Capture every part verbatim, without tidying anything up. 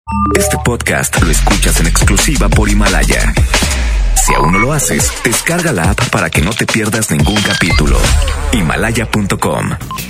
Este podcast lo escuchas en exclusiva por Himalaya. Si aún no lo haces, descarga la app para que no te pierdas ningún capítulo. Himalaya punto com.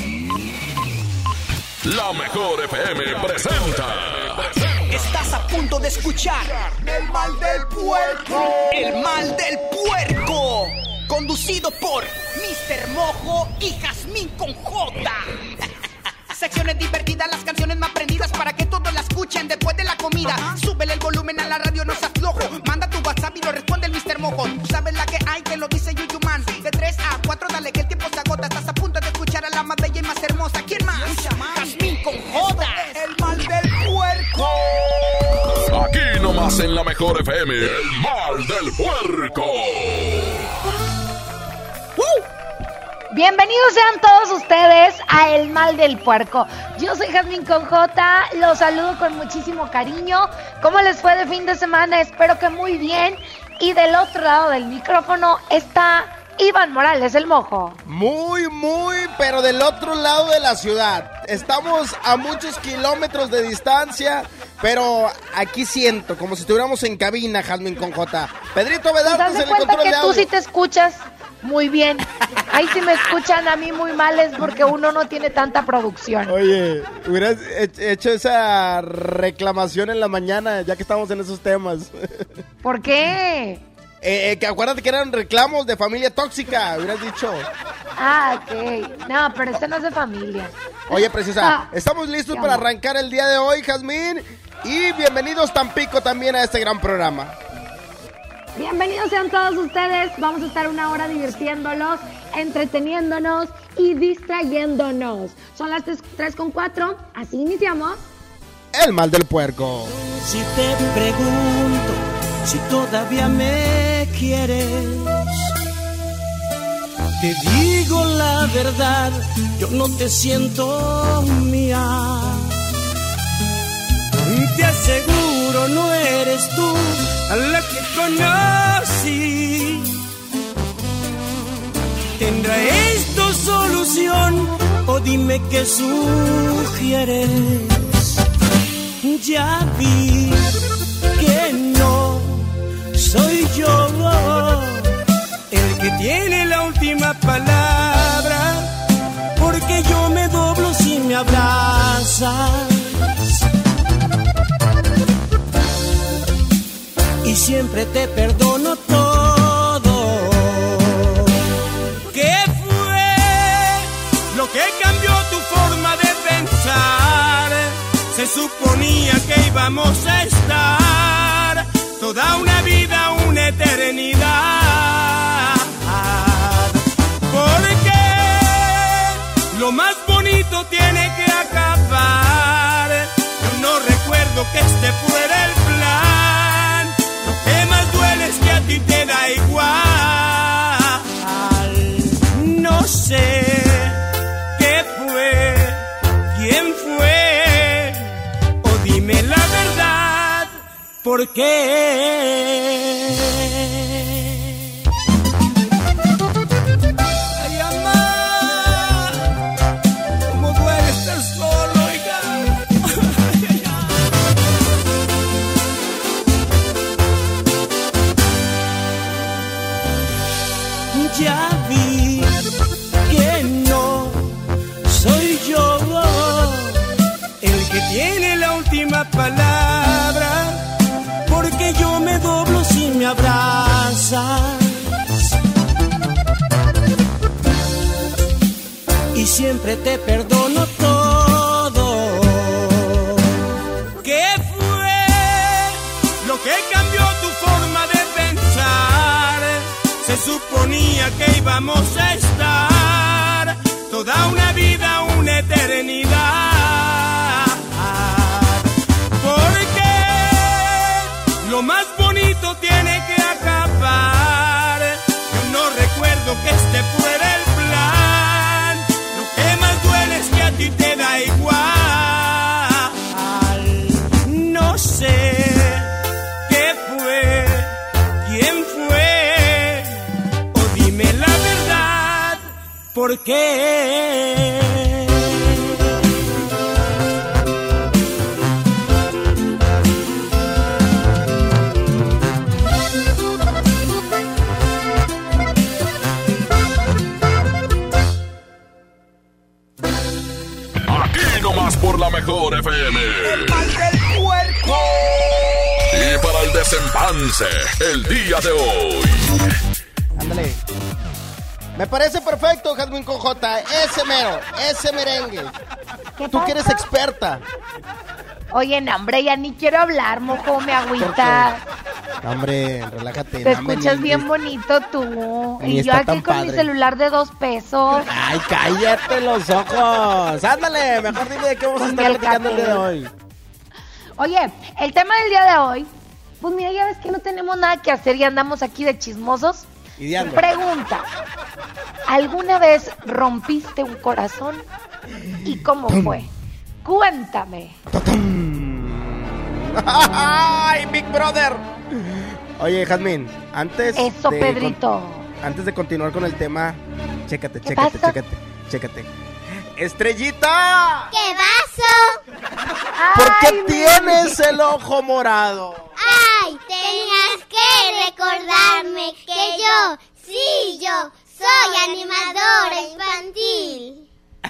La Mejor F M presenta. Estás a punto de escuchar El Mal del Puerco. El Mal del Puerco. Conducido por mister Mojo y Jazmín con J. Secciones divertidas, las canciones más prendidas para que todos la escuchen después de la comida. Uh-huh. Súbele el volumen a la radio, no seas flojo. Manda tu WhatsApp y lo responde el mister Mojo. Tú sabes la que hay, que lo dice Yuyu Man. De tres a cuatro, dale que el tiempo se agota. Estás a punto de escuchar a la más bella y más hermosa. ¿Quién más? Jazmín con J. El Mal del Puerco. Aquí nomás en La Mejor F M, El Mal del Puerco. ¡Uh! Bienvenidos sean todos ustedes a El Mal del Puerco. Yo soy Jazmín con J, los saludo con muchísimo cariño. ¿Cómo les fue de fin de semana? Espero que muy bien. Y del otro lado del micrófono está Iván Morales, el Mojo. Muy, muy, pero del otro lado de la ciudad. Estamos a muchos kilómetros de distancia, pero aquí siento como si estuviéramos en cabina, Jazmín con J. Pedrito Vedartes en el control de audio. ¿Te das cuenta que tú sí te escuchas muy bien? Ahí sí me escuchan a mí muy mal, es porque uno no tiene tanta producción. Oye, hubieras hecho esa reclamación en la mañana, ya que estamos en esos temas. ¿Por qué? Eh, eh, que acuérdate que eran reclamos de familia tóxica, hubieras dicho. Ah, ok. No, pero este no es de familia. Oye, preciosa, ah, estamos listos para arrancar el día de hoy, Jazmín. Y bienvenidos Tampico también a este gran programa. Bienvenidos sean todos ustedes. Vamos a estar una hora divirtiéndolos, entreteniéndonos y distrayéndonos. Son las tres con cuatro, así iniciamos El Mal del Puerco. Si te pregunto si todavía me quieres, te digo la verdad, yo no te siento mía. Te aseguro no eres tú a la que conocí. ¿Tendrá esto solución o dime qué sugieres? Ya vi que no soy yo el que tiene la última palabra, porque yo me doblo si me abrazas. Y siempre te perdono todo. ¿Qué fue lo que cambió tu forma de pensar? Se suponía que íbamos a estar toda una vida, una eternidad. Porque lo más bonito tiene que acabar. Yo no recuerdo que este fuera el plan. Lo que más duele es que a ti te da igual. No sé qué fue, quién fue, o dime la verdad, ¿por qué? Ay, amá, cómo duele estar solo, oiga. Ya vi que no soy yo el que tiene la última palabra, porque yo me doblo si me abrazas. Y siempre te perdono todo. ¿Qué fue lo que cambió tu forma de pensar? Se suponía que íbamos a estar toda una vida, una eternidad. Porque lo más bonito tiene que acabar. Yo no recuerdo que este fuera el plan. Lo que más duele es que a ti te da igual. No sé qué fue, quién fue, o dime la verdad, ¿por qué? mejor F M. El mal del puerco. Y para el desempance, el día de hoy. Ándale. Me parece perfecto, Jazmín con J. Ese mero, ese merengue. ¿Qué Tú pasa? que eres experta. Oye, no, hombre, ya ni quiero hablar, mojo, me agüita. No, hombre, relájate. Te no, hombre, escuchas ni- bien bonito tú. Ni Y yo está aquí tan con mi padre. celular de dos pesos. Ay, cállate los ojos. Ándale, mejor dime de qué vamos a Con estar mi platicando el día de Alcatel. hoy. Oye, el tema del día de hoy, pues mira, ya ves que no tenemos nada que hacer y andamos aquí de chismosos. Ideando. Pregunta, ¿alguna vez rompiste un corazón? ¿Y cómo fue? Cuéntame. ¡Ay, Big Brother! Oye, Jazmín, antes Eso, de Pedrito. con- antes de continuar con el tema, chécate, ¿Qué chécate, pasa? chécate, chécate. ¡Estrellita! ¿Qué vaso? ¿Por qué Ay, tienes el ojo morado? Ay, tenías que recordarme que yo, sí, yo, soy animadora infantil.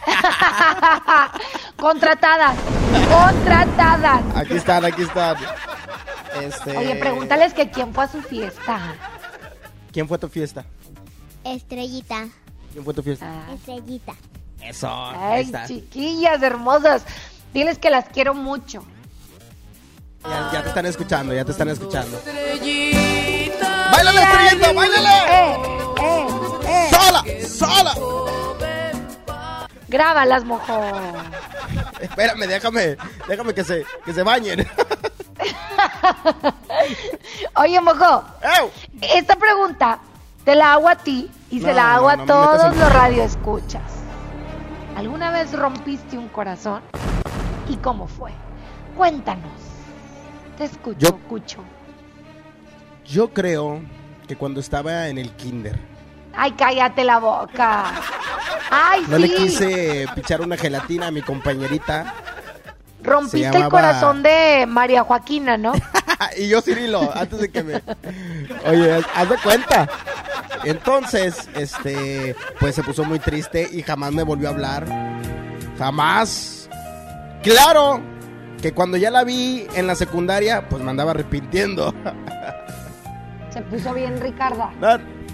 Contratadas, contratadas. Aquí están, aquí están. Este... Oye, pregúntales que quién fue a su fiesta. ¿Quién fue a tu fiesta? Estrellita, ¿Quién fue a tu fiesta? Ah. estrellita. Eso, ahí Ay, está. chiquillas hermosas. Diles que las quiero mucho. Ya, ya te están escuchando, ya te están escuchando. Estrellita. ¡Báilale, Estrellita, báilale! Eh, eh, eh. ¡Sola, sola! Grábalas, mojo. Espérame, déjame, déjame que se, que se bañen. Oye, mojo, ¡Ew! esta pregunta te la hago a ti y se No, la hago no, a no me todos metas en los problemas. radioescuchas. ¿Alguna vez rompiste un corazón? ¿Y cómo fue? Cuéntanos. Te escucho, Yo- Cucho. Yo creo que cuando estaba en el kinder, Ay, cállate la boca. Ay, no sí. le quise pichar una gelatina a mi compañerita. Rompiste se el llamaba- corazón de María Joaquina, ¿no? Y yo, Cirilo, antes de que me... Oye, haz- haz de cuenta. Entonces, este, pues se puso muy triste y jamás me volvió a hablar. Jamás. Claro que cuando ya la vi en la secundaria, pues me andaba arrepintiendo. Se puso bien Ricarda. No,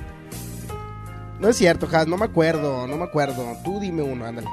no es cierto, Has, no me acuerdo, no me acuerdo. Tú dime uno, ándale.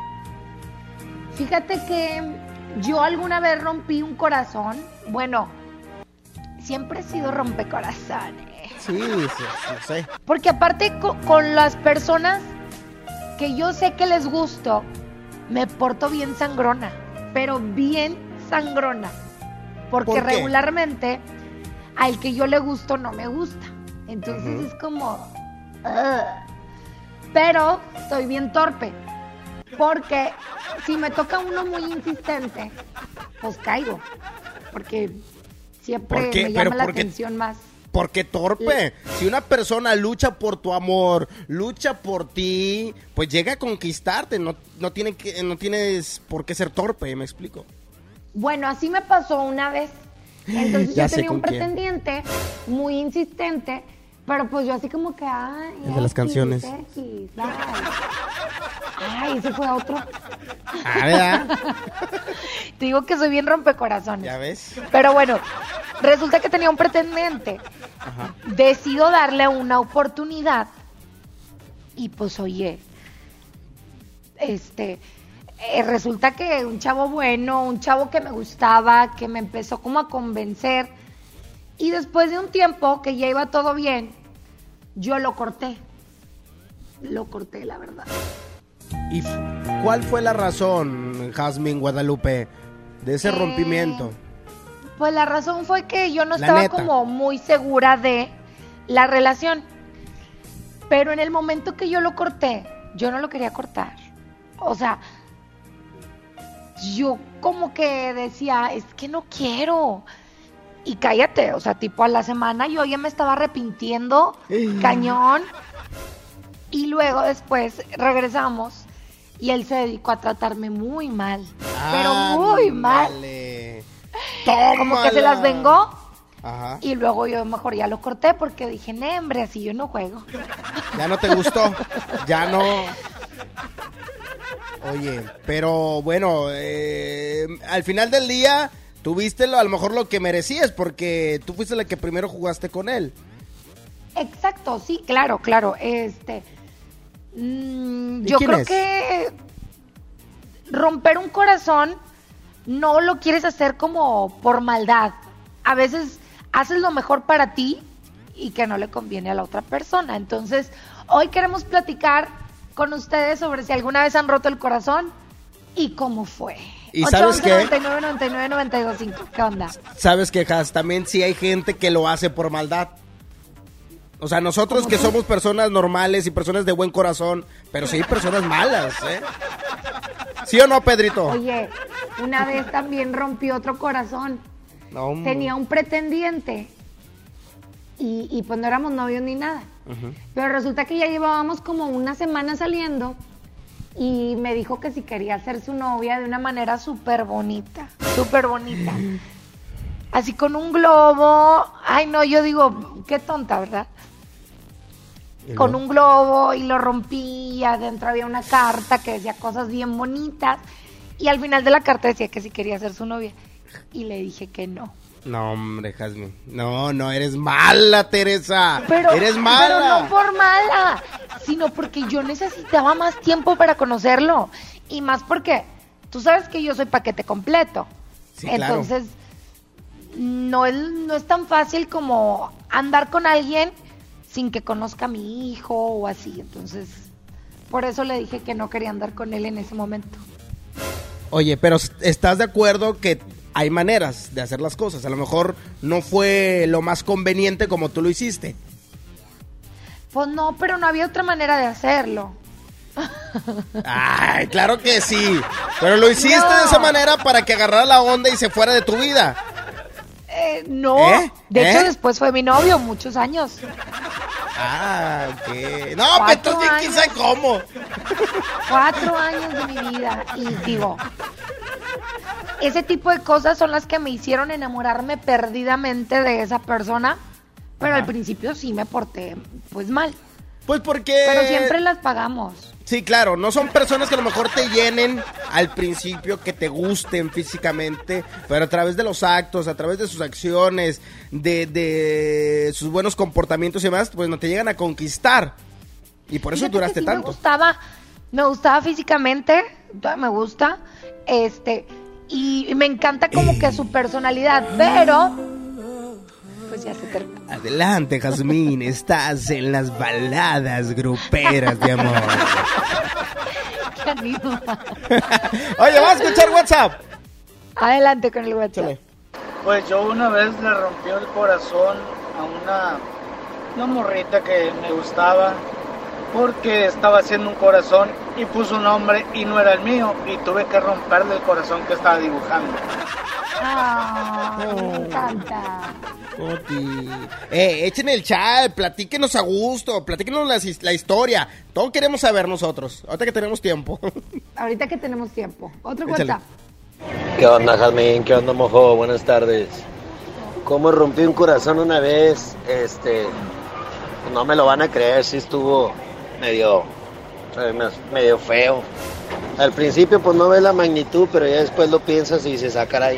Fíjate que yo alguna vez rompí un corazón. Bueno, siempre he sido rompecorazones. Sí, sí, sí, sé. Porque aparte co- con las personas que yo sé que les gusto, me porto bien sangrona. Pero bien sangrona. Porque ¿Por qué? regularmente al que yo le gusto no me gusta. Entonces Ujú. es como... ugh. Pero soy bien torpe. Porque si me toca uno muy insistente, pues caigo. Porque siempre ¿Por qué? me ¿Pero llama la por qué? atención más. ¿Por qué torpe? Si una persona lucha por tu amor, lucha por ti, pues llega a conquistarte. No, no, tiene que, no tienes por qué ser torpe, ¿me explico? Bueno, así me pasó una vez. Entonces Ya yo sé tenía un con quién. pretendiente muy insistente, pero pues yo así como que, ay, El de las X, canciones. X, bye. Ay, ese fue otro. Ah, ¿verdad? Te digo que soy bien rompecorazones. ¿Ya ves? Pero bueno, resulta que tenía un pretendiente. Ajá. Decido darle una oportunidad. Y pues oye, este, eh, resulta que un chavo bueno, un chavo que me gustaba, que me empezó como a convencer. Y después de un tiempo que ya iba todo bien, yo lo corté. Lo corté, la verdad. ¿Y f- cuál fue la razón, Jazmín Guadalupe, de ese Eh, rompimiento? Pues la razón fue que yo no La estaba neta. como muy segura de la relación. Pero en el momento que yo lo corté, yo no lo quería cortar. O sea, yo como que decía, es que no quiero. Y cállate, o sea, tipo a la semana yo ya me estaba arrepintiendo, cañón. Y luego después regresamos y él se dedicó a tratarme muy mal. Pero muy mal. Ándale. Como que se las Tómala. vengó. Ajá. Y luego yo mejor ya lo corté porque dije, no, hombre, así yo no juego. Ya no te gustó. Ya no. Oye, pero bueno, eh, al final del día tuviste lo, a lo mejor lo que merecías porque tú fuiste la que primero jugaste con él. Exacto, sí, claro, claro. Este, mmm, yo creo es? que romper un corazón no lo quieres hacer como por maldad. A veces haces lo mejor para ti y que no le conviene a la otra persona. Entonces, hoy queremos platicar con ustedes sobre si alguna vez han roto el corazón y cómo fue. ¿Y sabes qué? noventa y nueve, noventa y nueve, noventa y dos, cinco. ¿Qué onda? ¿Sabes qué, Has? También sí hay gente que lo hace por maldad. O sea, nosotros que tú? somos personas normales y personas de buen corazón, pero sí hay personas malas, ¿eh? ¿Sí o no, Pedrito? Oye, una vez también rompió otro corazón. No. Tenía un pretendiente y, y pues no éramos novios ni nada. Uh-huh. Pero resulta que ya llevábamos como una semana saliendo y me dijo que si quería ser su novia de una manera súper bonita, súper bonita. Así con un globo. Ay, no, yo digo, qué tonta, ¿verdad? Con un globo y lo rompí, y adentro había una carta que decía cosas bien bonitas y al final de la carta decía que si quería ser su novia y le dije que no. No, hombre, Jasmine. No, no, eres mala, Teresa. Pero, eres mala. Pero no por mala, sino porque yo necesitaba más tiempo para conocerlo. Y más porque tú sabes que yo soy paquete completo. Sí, Entonces, claro. no es, no es tan fácil como andar con alguien sin que conozca a mi hijo o así. Entonces, por eso le dije que no quería andar con él en ese momento. Oye, pero ¿estás de acuerdo que hay maneras de hacer las cosas? A lo mejor no fue lo más conveniente como tú lo hiciste. Pues no, pero no había otra manera de hacerlo. Ay, claro que sí. Pero lo hiciste no. de esa manera para que agarrara la onda y se fuera de tu vida. Eh, no, ¿Eh? de ¿Eh? hecho después fue mi novio muchos años. Ah, ok. No, pero entonces quién sabe cómo. Cuatro años de mi vida. Y digo, ese tipo de cosas son las que me hicieron enamorarme perdidamente de esa persona. Pero Ajá. al principio sí me porté pues mal. Pues porque... Pero siempre las pagamos. Sí, claro, no son personas que a lo mejor te llenen al principio, que te gusten físicamente, pero a través de los actos, a través de sus acciones, de, de sus buenos comportamientos y demás, pues no te llegan a conquistar. Y por eso Fíjate duraste que sí tanto. Me gustaba, me gustaba físicamente, me gusta, este, y me encanta como que su personalidad, pero pues ya se terminó. Adelante, Jazmín, estás en las baladas gruperas de amor. Qué animo. Oye, vamos a escuchar WhatsApp. Adelante con el WhatsApp. Chale. Pues yo una vez le rompí el corazón a una, una morrita que me gustaba porque estaba haciendo un corazón y puso un nombre y no era el mío y tuve que romperle el corazón que estaba dibujando. Ah, oh, me encanta. Oti. Eh, echen el chat, platíquenos a gusto, platíquenos la, la historia. Todo queremos saber nosotros, ahorita que tenemos tiempo. Ahorita que tenemos tiempo. Otro Échale. WhatsApp. ¿Qué onda, Jazmín? ¿Qué onda, mojo? Buenas tardes. ¿Cómo rompí un corazón una vez? Este, no me lo van a creer, sí estuvo medio, medio feo. Al principio pues no ves la magnitud, pero ya después lo piensas y dices, ah, caray.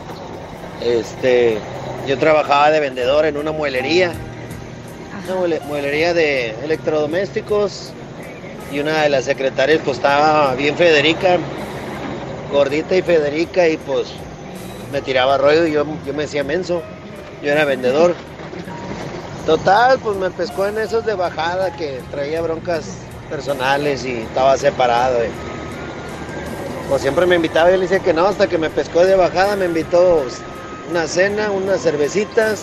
Este, yo trabajaba de vendedor en una mueblería, una mueblería de electrodomésticos, y una de las secretarias pues estaba bien Federica, gordita y Federica, y pues me tiraba rollo y yo, yo me decía menso, yo era vendedor. Total, pues me pescó en esos de bajada que traía broncas personales y estaba separado. Y, pues siempre me invitaba y yo le decía que no, hasta que me pescó de bajada, me invitó una cena, unas cervecitas,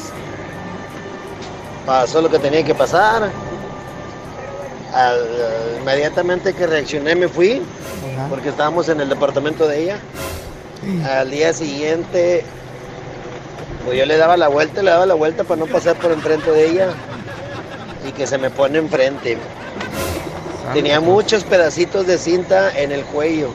pasó lo que tenía que pasar. Al, al, inmediatamente que reaccioné me fui, Ajá. porque estábamos en el departamento de ella. Al día siguiente, pues yo le daba la vuelta, le daba la vuelta para no pasar por enfrente de ella y que se me pone enfrente. Tenía muchos pedacitos de cinta en el cuello.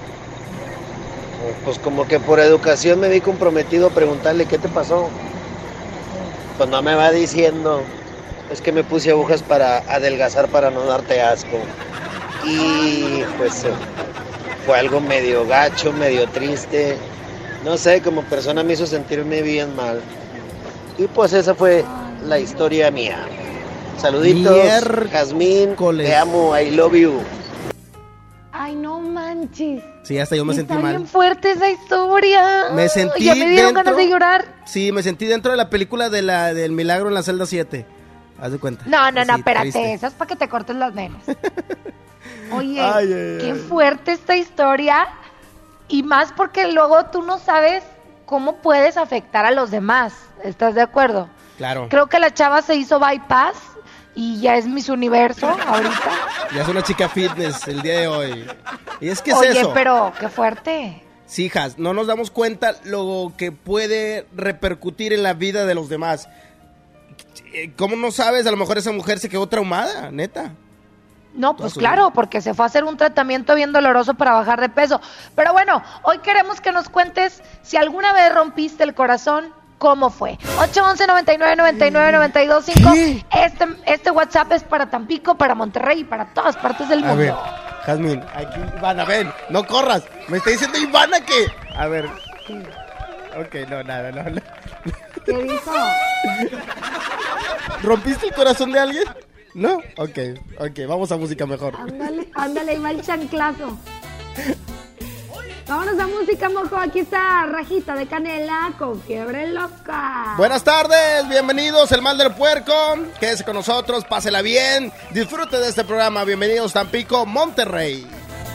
Pues como que por educación me vi comprometido a preguntarle qué te pasó. Pues no me va diciendo, es que me puse agujas para adelgazar para no darte asco. Y pues fue algo medio gacho, medio triste. No sé, como persona me hizo sentirme bien mal. Y pues esa fue la historia mía. Saluditos, Miércoles. Jazmín, te amo, I love you. Ay, no manches. Sí, hasta yo me Está sentí mal. bien fuerte esa historia. Me sentí Ya me dieron dentro- ganas de llorar. Sí, me sentí dentro de la película de la del milagro en la celda siete. Haz de cuenta. No, no, no, Así, espérate, triste. esa es para que te cortes las venas. Oye, Ay, ay, qué ay. fuerte esta historia. Y más porque luego tú no sabes cómo puedes afectar a los demás. ¿Estás de acuerdo? Claro. Creo que la chava se hizo bypass y ya es Miss Universo ahorita. Ya es una chica fitness el día de hoy. Y es que es Oye, eso. pero qué fuerte. Sí, Has, no nos damos cuenta lo que puede repercutir en la vida de los demás. ¿Cómo no sabes? A lo mejor esa mujer se quedó traumada, neta. No, pues claro, porque se fue a hacer un tratamiento bien doloroso para bajar de peso. Pero bueno, hoy queremos que nos cuentes si alguna vez rompiste el corazón, ¿cómo fue? ocho once, noventa y nueve, noventa y nueve, noventa y dos cinco. ¿Qué? Este, este WhatsApp es para Tampico, para Monterrey y para todas partes del A mundo. ver, Jazmín, aquí Ivana, ven, no corras. Me está diciendo Ivana que... A ver. Ok, no, nada, no, no. ¿Qué dijo? ¿Rompiste el corazón de alguien? ¿No? Ok, ok, vamos a música mejor. Ándale, ándale, va el chanclazo. Vámonos a música, mojo. Aquí está Rajita de Canela con Fiebre Loca. Buenas tardes, bienvenidos, el mal del puerco. Quédese con nosotros, pásela bien, disfrute de este programa. Bienvenidos Tampico, Monterrey.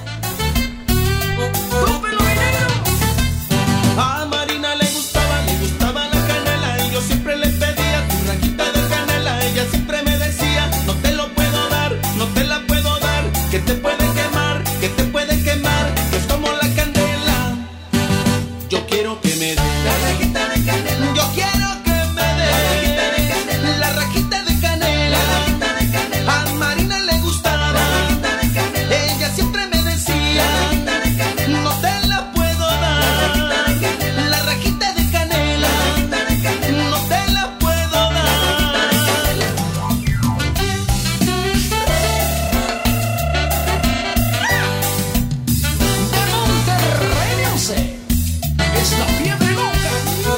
A Marina le gustaba, le gustaba la canela y yo siempre le pedía tu rajita de canela. Ella siempre me decía, no te lo puedo dar, no te la puedo dar, que te puede quemar, que te puede quemar, que es como la candela. Yo quiero que me des la rajita de canela. Yo quiero que me des la rajita de canela. A Marina le gustaba, ella siempre me decía, no te la puedo dar. La rajita de canela, no te la puedo dar. De Monterrey, no sé, es la fiebre loca.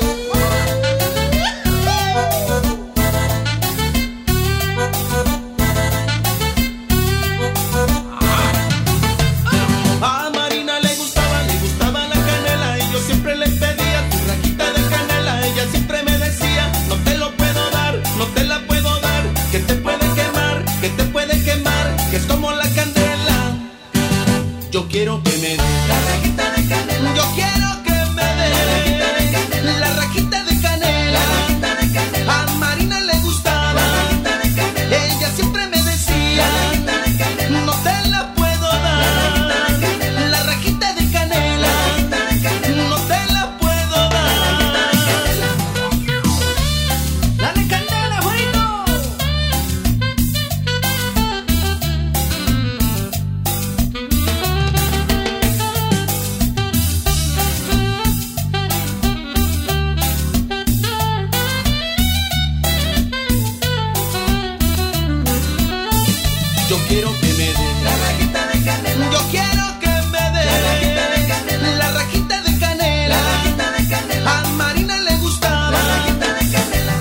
A Marina le gustaba, le gustaba la canela y yo siempre le pedía tu rajita de canela. Ella siempre me decía, no te lo puedo dar, no te la puedo dar, que te puede quemar, que te puede quemar, que es como la candela. Yo quiero que me des la rajita de canela. Yo quiero que me des la rajita de canela. A Marina le gustaba, ella siempre me decía, no te la puedo dar. La rajita de canela, no te la puedo dar. Dale candela, Juanito. Yo quiero que me des la rajita de canela. Yo quiero que me des la rajita de canela. A Marina le gustaba la rajita de canela.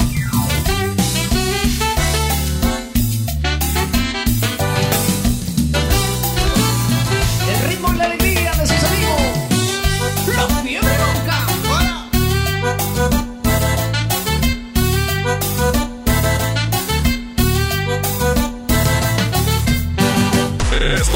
El ritmo y la alegría de sus amigos. La fiebre loca. Esto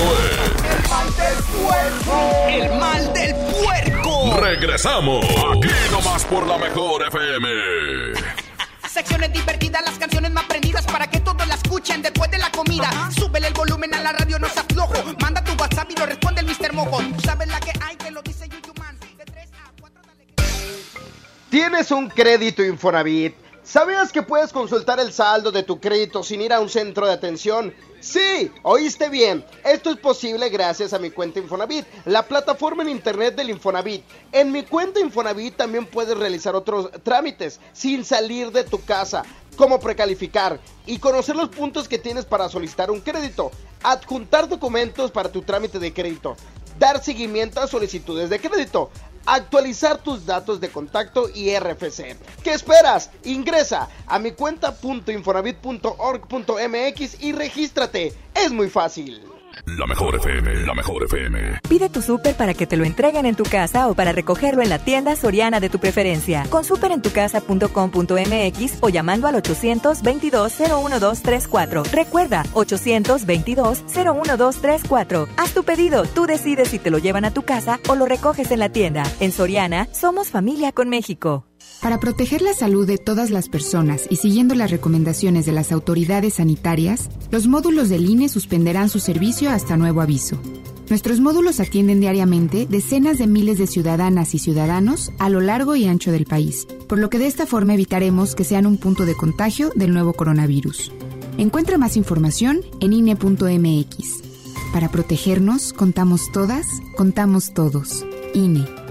es El mal del puerco. Regresamos. Aquí nomás por la mejor F M. Secciones divertidas, las canciones más prendidas para que todos la escuchen después de la comida. Súbele el volumen a la radio, no seas flojo. Manda tu WhatsApp y lo responde el mister Mojo. Tú sabes la que hay, que lo dice YouTube Man. De tres a cuatro, dale. ¿Tienes un crédito Infonavit? ¿Sabías que puedes consultar el saldo de tu crédito sin ir a un centro de atención? Sí, oíste bien. Esto es posible gracias a mi cuenta Infonavit, la plataforma en internet del Infonavit. En mi cuenta Infonavit también puedes realizar otros trámites sin salir de tu casa, como precalificar y conocer los puntos que tienes para solicitar un crédito, adjuntar documentos para tu trámite de crédito, dar seguimiento a solicitudes de crédito, actualizar tus datos de contacto y R F C. ¿Qué esperas? Ingresa a mi cuenta punto infonavit punto org punto m x y regístrate. Es muy fácil. La mejor F M, la mejor F M. Pide tu súper para que te lo entreguen en tu casa o para recogerlo en la tienda Soriana de tu preferencia. Con super en tu casa punto com punto m x o llamando al ochocientos veintidós cero uno dos treinta y cuatro. Recuerda, ochocientos veintidós cero uno dos treinta y cuatro. Haz tu pedido, tú decides si te lo llevan a tu casa o lo recoges en la tienda. En Soriana, somos familia con México. Para proteger la salud de todas las personas y siguiendo las recomendaciones de las autoridades sanitarias, los módulos del I N E suspenderán su servicio hasta nuevo aviso. Nuestros módulos atienden diariamente decenas de miles de ciudadanas y ciudadanos a lo largo y ancho del país, por lo que de esta forma evitaremos que sean un punto de contagio del nuevo coronavirus. Encuentra más información en I N E punto m x. Para protegernos, contamos todas, contamos todos. I N E.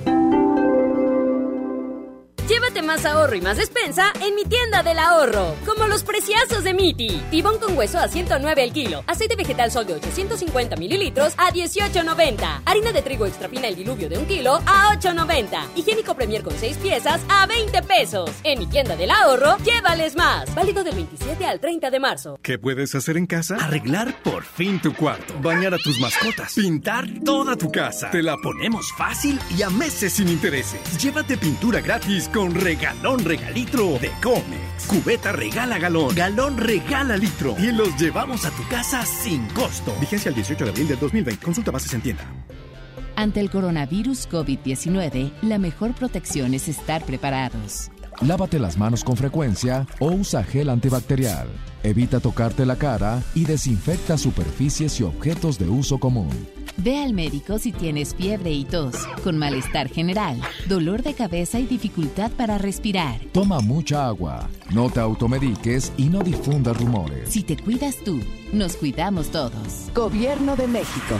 Llévate más ahorro y más despensa en mi tienda del ahorro, como los preciazos de Miti. Tibón con hueso a ciento nueve el kilo. Aceite vegetal Sol de ochocientos cincuenta mililitros a dieciocho noventa. Harina de trigo extra fina el diluvio de un kilo a ocho noventa. Higiénico Premier con seis piezas a veinte pesos. En mi tienda del ahorro, llévales más. Válido del veintisiete al treinta de marzo. ¿Qué puedes hacer en casa? Arreglar por fin tu cuarto. Bañar a tus mascotas. Pintar toda tu casa. Te la ponemos fácil y a meses sin intereses. Llévate pintura gratis con regalón regalitro de Comex. Cubeta regala galón, galón regala litro y los llevamos a tu casa sin costo. Vigencia el dieciocho de abril del dos mil veinte. Consulta bases en tienda. Ante el coronavirus covid diecinueve, la mejor protección es estar preparados. Lávate las manos con frecuencia o usa gel antibacterial. Evita tocarte la cara y desinfecta superficies y objetos de uso común. Ve al médico si tienes fiebre y tos, con malestar general, dolor de cabeza y dificultad para respirar. Toma mucha agua, no te automediques y no difundas rumores. Si te cuidas tú, nos cuidamos todos. Gobierno de México.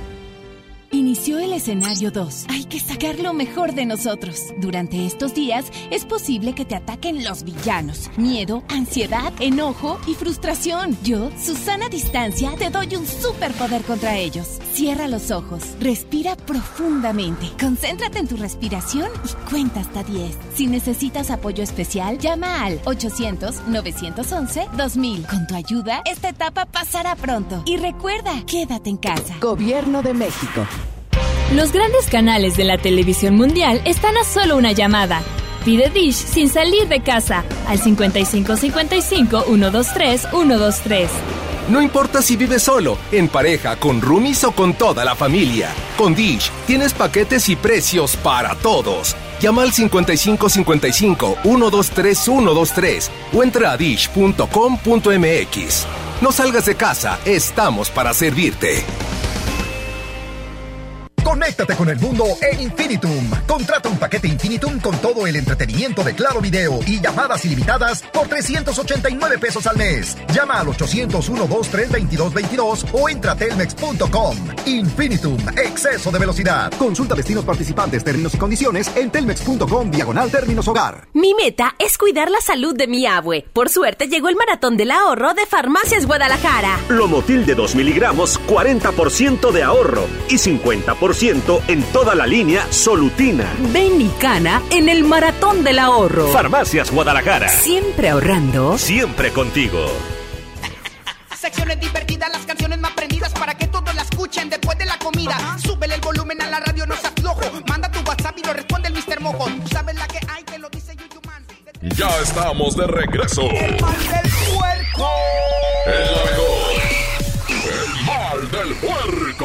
Inició el escenario dos. Hay que sacar lo mejor de nosotros. Durante estos días es posible que te ataquen los villanos. Miedo, ansiedad, enojo y frustración. Yo, Susana Distancia, te doy un superpoder contra ellos. Cierra los ojos, respira profundamente, concéntrate en tu respiración y cuenta hasta diez. Si necesitas apoyo especial, llama al ochocientos, novecientos once, dos mil. Con tu ayuda, esta etapa pasará pronto. Y recuerda, quédate en casa. Gobierno de México. Los grandes canales de la televisión mundial están a solo una llamada. Pide Dish sin salir de casa al cincuenta y cinco cincuenta y cinco, ciento veintitrés, ciento veintitrés. No importa si vives solo, en pareja, con roomies o con toda la familia. Con Dish tienes paquetes y precios para todos. Llama al cincuenta y cinco cincuenta y cinco, ciento veintitrés, ciento veintitrés o entra a dish punto com punto m x. No salgas de casa, estamos para servirte. Conéctate con el mundo en Infinitum. Contrata un paquete Infinitum con todo el entretenimiento de Claro Video y llamadas ilimitadas por trescientos ochenta y nueve pesos al mes. Llama al ochocientos, ciento veintitrés, veintidós veintidós o entra a telmex punto com. Infinitum, exceso de velocidad. Consulta destinos participantes, términos y condiciones en telmex punto com diagonal términos hogar. Mi meta es cuidar la salud de mi abue. Por suerte llegó el maratón del ahorro de Farmacias Guadalajara. Lomotil de dos miligramos, cuarenta por ciento de ahorro y cincuenta por ciento en toda la línea Solutina. Ven y cana en el maratón del ahorro. Farmacias Guadalajara. Siempre ahorrando. Siempre contigo. Secciones divertidas, las canciones más prendidas para que todos la escuchen después de la comida. Ajá. Súbele el volumen a la radio, no seas flojo. Manda tu WhatsApp y lo responde el mister Mojo. Tú sabes la que hay, te lo dice YouTube Man. Ya estamos de regreso. El mal del puerco. El mejor. El mal del puerco.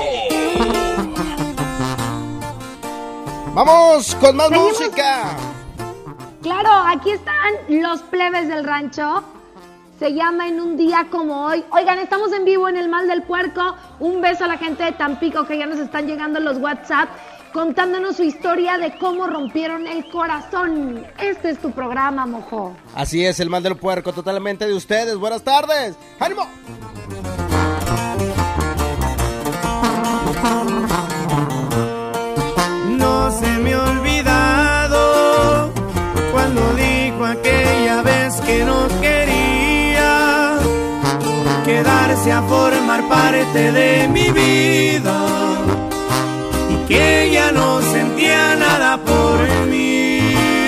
Vamos con más Seguimos. música. Claro, aquí están los plebes del rancho. Se llama En un día como hoy. Oigan, estamos en vivo en el Mal del Puerco. Un beso a la gente de Tampico que ya nos están llegando los WhatsApp contándonos su historia de cómo rompieron el corazón. Este es tu programa, Mojo. Así es, el Mal del Puerco, totalmente de ustedes. Buenas tardes. ¡Ánimo! No se me ha olvidado cuando dijo aquella vez que no quería quedarse a formar parte de mi vida. ya no sentía nada por mí,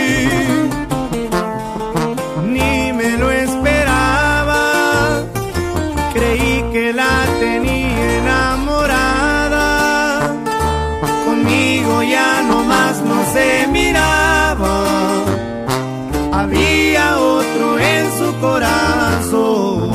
ni me lo esperaba. Creí que la tenía enamorada, conmigo ya nomás no se miraba, había otro en su corazón.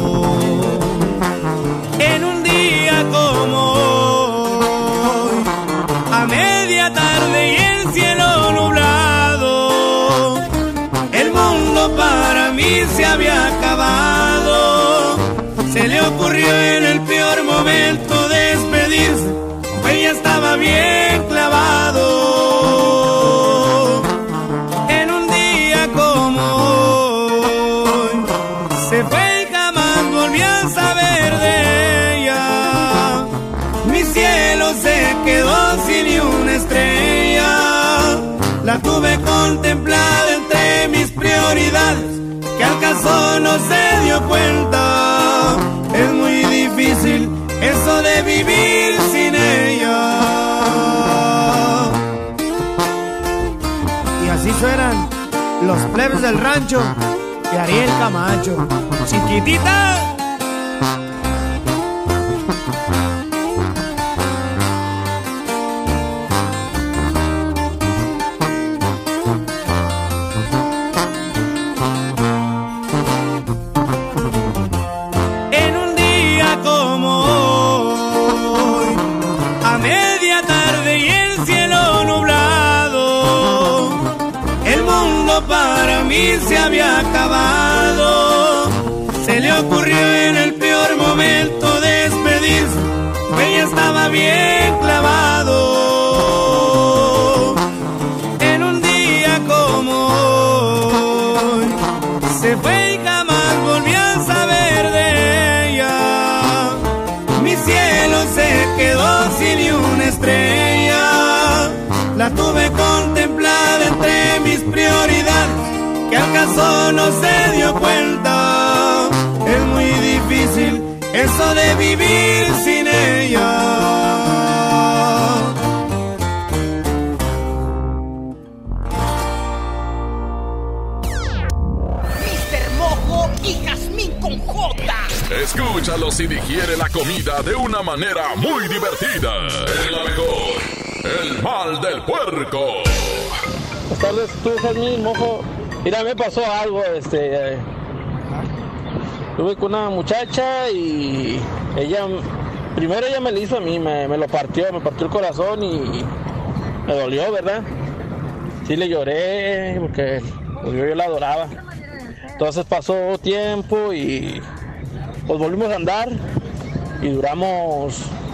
En un día como hoy, a media tarde y el cielo nublado, el mundo para mí se había acabado. Se le ocurrió en el peor momento despedirse, ella estaba bien clavado. En un día como hoy, se fue y jamás volví a saber de ella. Mi cielo se quedó sin ni una estrella. La tuve contemplada entre mis prioridades, que al caso no se dio cuenta. Es muy difícil eso de vivir sin ella. Y así suenan los plebes del rancho de Ariel Camacho. Chiquitita. Para mí se había acabado. Se le ocurrió en el peor momento despedirse, ella estaba bien clavado. En un día como hoy, se fue y jamás volví a saber de ella. Mi cielo se quedó sin ni una estrella. La tuve contemplada entre mis prioridades, que al caso no se dio cuenta. Es muy difícil eso de vivir sin ella. mister Mojo y Jazmín con J. Escúchalos y digiere la comida de una manera muy divertida. Es la mejor. El mal del puerco. Buenas tardes, tú, Jazmín, Mojo. Mira, me pasó algo, este... Eh, estuve con una muchacha y ella... Primero ella me lo hizo a mí, me, me lo partió, me partió el corazón y me dolió, ¿verdad? Sí le lloré porque pues, yo, yo la adoraba. Entonces pasó tiempo y pues volvimos a andar y duramos...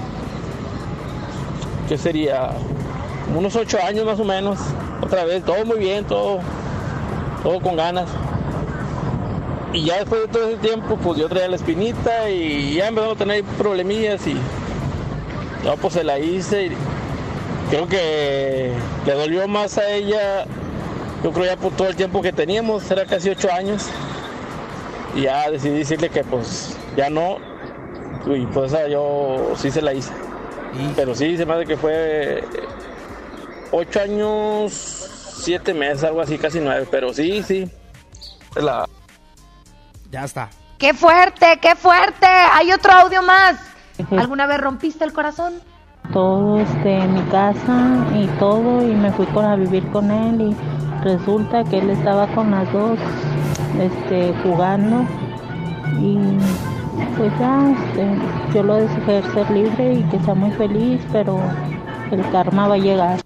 ¿Qué sería? Unos ocho años más o menos. Otra vez, todo muy bien, todo, todo con ganas. Y ya después de todo ese tiempo, pues yo traía la espinita y ya empezamos a tener problemillas y ya pues se la hice y creo que le dolió más a ella, yo creo ya por todo el tiempo que teníamos, era casi ocho años. Y ya decidí decirle que pues ya no, y pues esa yo sí se la hice. Pero sí, se me hace que fue ocho años, siete meses, algo así, casi nueve. Pero sí, sí. La... Ya está. ¡Qué fuerte, qué fuerte! Hay otro audio más. ¿Alguna vez rompiste el corazón? Todo este, en mi casa y todo, y me fui con, a vivir con él y resulta que él estaba con las dos este, jugando y... Pues ya, este, yo lo dejé ser libre y que sea muy feliz, pero el karma va a llegar.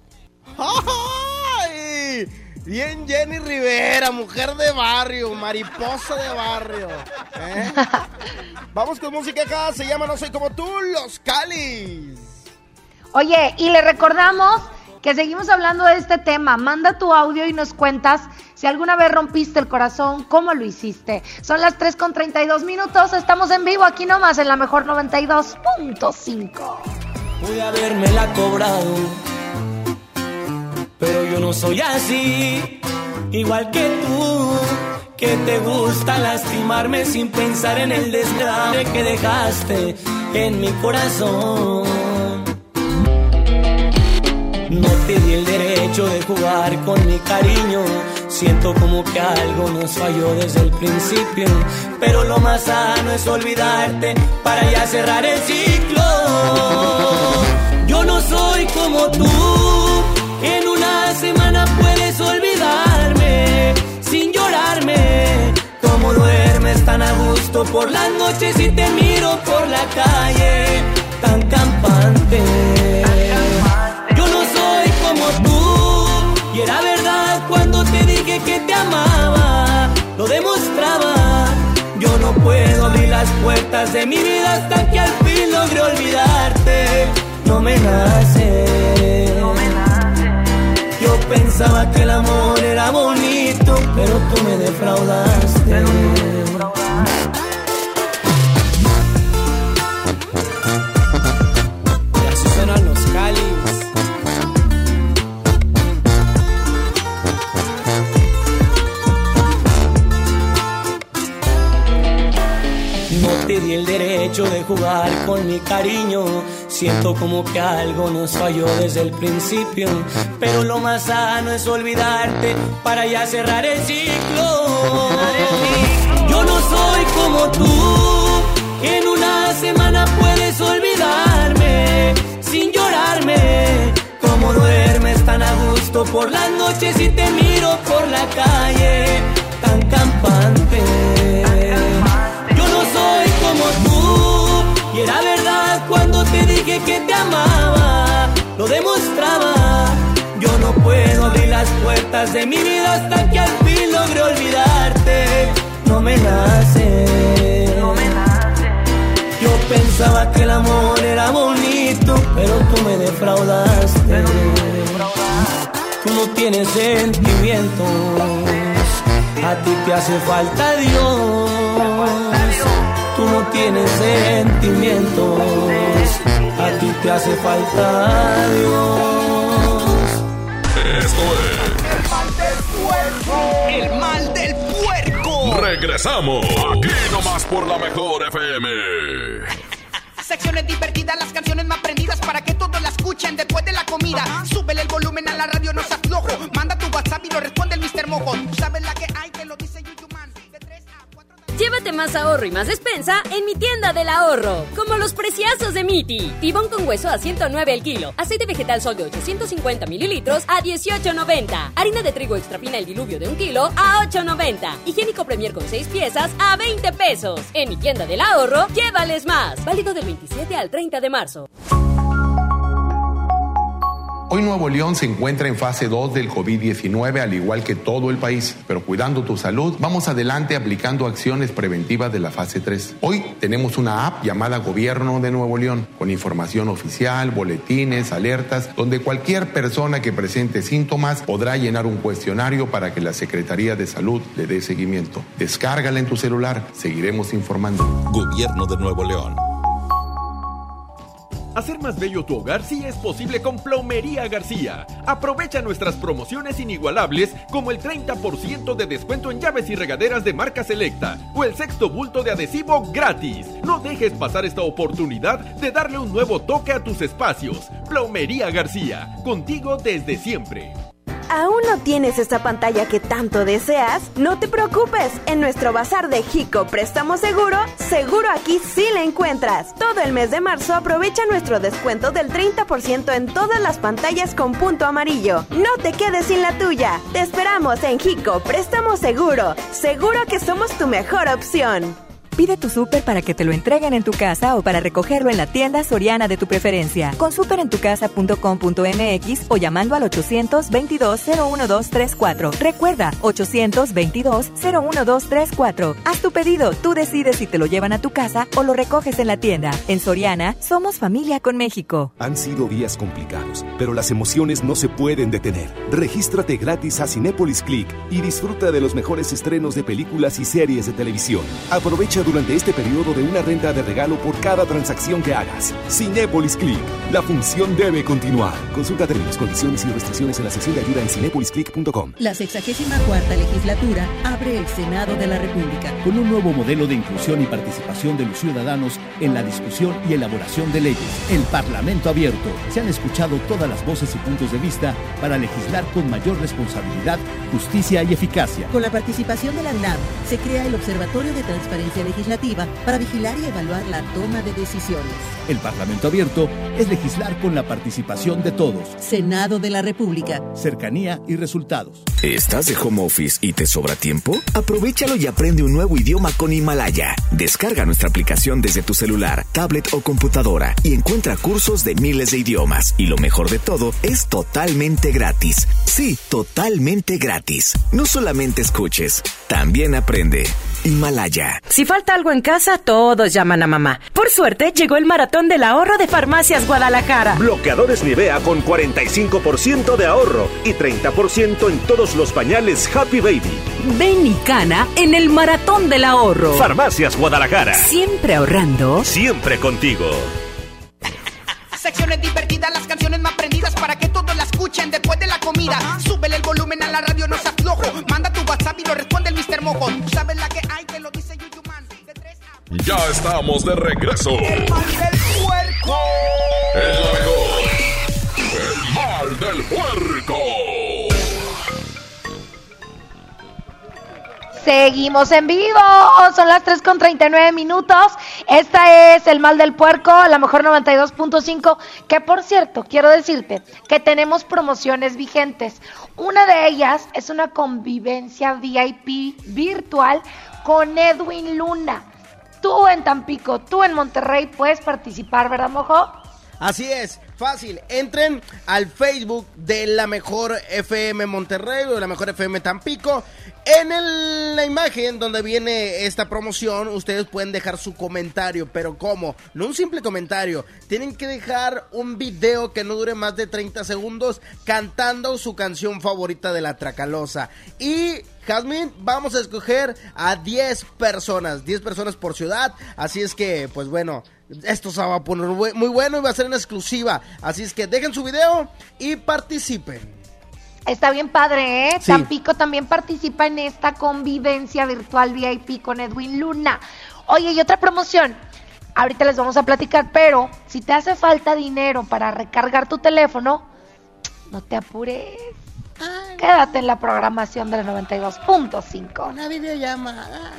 ¡Ay! Bien Jenny Rivera, mujer de barrio, mariposa de barrio. ¿Eh? Vamos con música acá, se llama No Soy Como Tú, Los Calis. Oye, y le recordamos que seguimos hablando de este tema. Manda tu audio y nos cuentas si alguna vez rompiste el corazón, cómo lo hiciste. Son las tres con treinta y dos minutos, estamos en vivo aquí nomás en la mejor noventa y dos punto cinco. Pude habérmela cobrado, pero yo no soy así, igual que tú, que te gusta lastimarme sin pensar en el desgrace que dejaste en mi corazón. No te di el derecho de jugar con mi cariño. Siento como que algo nos falló desde el principio. Pero lo más sano es olvidarte para ya cerrar el ciclo. Yo no soy como tú. En una semana puedes olvidarme sin llorarme. Como duermes tan a gusto por las noches y te miro por la calle tan campante. Yo no soy como tú. Y era verdad cuando te dije que te amaba. Lo demostraba. Yo no puedo abrir las puertas de mi vida hasta que al fin logre olvidarte. No me nace. No me nace. Yo pensaba que el amor era bonito, pero tú me defraudaste. Pero tú me defraudaste. Y así suenan los Cáliz. No te di el derecho de jugar con mi cariño. Siento como que algo nos falló desde el principio. Pero lo más sano es olvidarte para ya cerrar el ciclo. Yo no soy como tú. En una semana puedes olvidarme sin llorarme. Como duermes tan a gusto por las noches y te miro por la calle tan campante. Yo no soy como tú. Y era verdad cuando te dije que te amaba. Lo demostraba. Yo no puedo abrir las puertas de mi vida hasta que al fin logre olvidarte. No me nace. No me nace. Yo pensaba que el amor era bonito, pero tú me defraudaste. Pero tú me defraudaste. Tú no tienes sentimientos. A ti te hace falta Dios. Tú no tienes sentimientos. A ti te hace falta Dios. Esto es El mal del puerco. El mal del puerco. Regresamos. Aquí nomás por la mejor F M. Secciones divertidas, las canciones más prendidas para que todos la escuchen después de la comida. Súbele el volumen a la radio, no se aflojo. Manda tu WhatsApp y lo responde el mister Mojo. Tú sabes la que hay, que lo dice Yuyuman. De tres a cuatro. Llévate más ahorro y más despensa en mi tienda del ahorro. Como los preciazos de Miti. Tibón con hueso a ciento nueve el kilo. Aceite vegetal Sol de ochocientos cincuenta mililitros a dieciocho noventa. Harina de trigo extra fina el diluvio de un kilo a ocho noventa. Higiénico Premier con seis piezas a veinte pesos. En mi tienda del ahorro, llévales más. Válido del veintisiete al treinta de marzo. Hoy Nuevo León se encuentra en fase dos del COVID diecinueve, al igual que todo el país. Pero cuidando tu salud, vamos adelante aplicando acciones preventivas de la fase tres. Hoy tenemos una app llamada Gobierno de Nuevo León, con información oficial, boletines, alertas, donde cualquier persona que presente síntomas podrá llenar un cuestionario para que la Secretaría de Salud le dé seguimiento. Descárgala en tu celular, seguiremos informando. Gobierno de Nuevo León. Hacer más bello tu hogar sí es posible con Plomería García. Aprovecha nuestras promociones inigualables como el treinta por ciento de descuento en llaves y regaderas de marca selecta o el sexto bulto de adhesivo gratis. No dejes pasar esta oportunidad de darle un nuevo toque a tus espacios. Plomería García, contigo desde siempre. ¿Aún no tienes esta pantalla que tanto deseas? No te preocupes, en nuestro bazar de Hico Préstamo Seguro, seguro aquí sí la encuentras. Todo el mes de marzo aprovecha nuestro descuento del treinta por ciento en todas las pantallas con punto amarillo. No te quedes sin la tuya. Te esperamos en Hico Préstamo Seguro. Seguro que somos tu mejor opción. Pide tu súper para que te lo entreguen en tu casa o para recogerlo en la tienda Soriana de tu preferencia. Con super en tu casa punto com punto m x o llamando al ochocientos veintidós cero uno dos tres cuatro. Recuerda, ochocientos veintidós cero uno dos tres cuatro. Haz tu pedido, tú decides si te lo llevan a tu casa o lo recoges en la tienda. En Soriana, somos familia con México. Han sido días complicados, pero las emociones no se pueden detener. Regístrate gratis a Cinépolis Click y disfruta de los mejores estrenos de películas y series de televisión. Aprovecha durante este periodo de una renta de regalo por cada transacción que hagas. Cinépolis Click. La función debe continuar. Consulta términos, condiciones y restricciones en la sección de ayuda en cinépolis click punto com. La sexagésima cuarta legislatura abre el Senado de la República con un nuevo modelo de inclusión y participación de los ciudadanos en la discusión y elaboración de leyes. El Parlamento abierto. Se han escuchado todas las voces y puntos de vista para legislar con mayor responsabilidad, justicia y eficacia. Con la participación de la UNAM, se crea el Observatorio de Transparencia Legislativa para vigilar y evaluar la toma de decisiones. El Parlamento abierto es legislar con la participación de todos. Senado de la República. Cercanía y resultados. ¿Estás de home office y te sobra tiempo? Aprovechalo y aprende un nuevo idioma con Himalaya. Descarga nuestra aplicación desde tu celular, tablet o computadora y encuentra cursos de miles de idiomas. Y lo mejor de todo, es totalmente gratis. Sí, totalmente gratis. No solamente escuches, también aprende. Himalaya. Si falta algo en casa, todos llaman a mamá. Por suerte, llegó el maratón del ahorro de Farmacias Guadalajara. Bloqueadores Nivea con cuarenta y cinco por ciento de ahorro y treinta por ciento en todos los pañales Happy Baby. Ven y cana en el maratón del ahorro. Farmacias Guadalajara. Siempre ahorrando. Siempre contigo. Secciones divertidas, las canciones más prendidas para que todos la escuchen después de la comida. Uh-huh. Súbele el volumen a la radio, no seas flojo. Manda tu WhatsApp y lo responde el mister Mojo. Tú sabes la que hay, que lo dice Yuyuman. De tres a... Ya estamos de regreso. El mal del puerco. Es la mejor. El mal del puerco. Seguimos en vivo, son las tres con treinta y nueve minutos. Esta es El Mal del Puerco, a la mejor noventa y dos punto cinco. Que por cierto, quiero decirte que tenemos promociones vigentes. Una de ellas es una convivencia V I P virtual con Edwin Luna. Tú en Tampico, tú en Monterrey puedes participar, ¿verdad, Mojo? Así es, fácil. Entren al Facebook de La Mejor F M Monterrey o de La Mejor F M Tampico. En el, la imagen donde viene esta promoción, ustedes pueden dejar su comentario. ¿Pero cómo? No un simple comentario. Tienen que dejar un video que no dure más de treinta segundos cantando su canción favorita de La Tracalosa. Y... Jazmín, vamos a escoger a diez personas, diez personas por ciudad, así es que, pues bueno, esto se va a poner muy bueno y va a ser en exclusiva, así es que dejen su video y participen. Está bien padre, ¿eh? Sí. Tampico también participa en esta convivencia virtual V I P con Edwin Luna. Oye, y otra promoción, ahorita les vamos a platicar, pero si te hace falta dinero para recargar tu teléfono, no te apures. Ay, quédate en la programación del noventa y dos punto cinco. Una videollamada.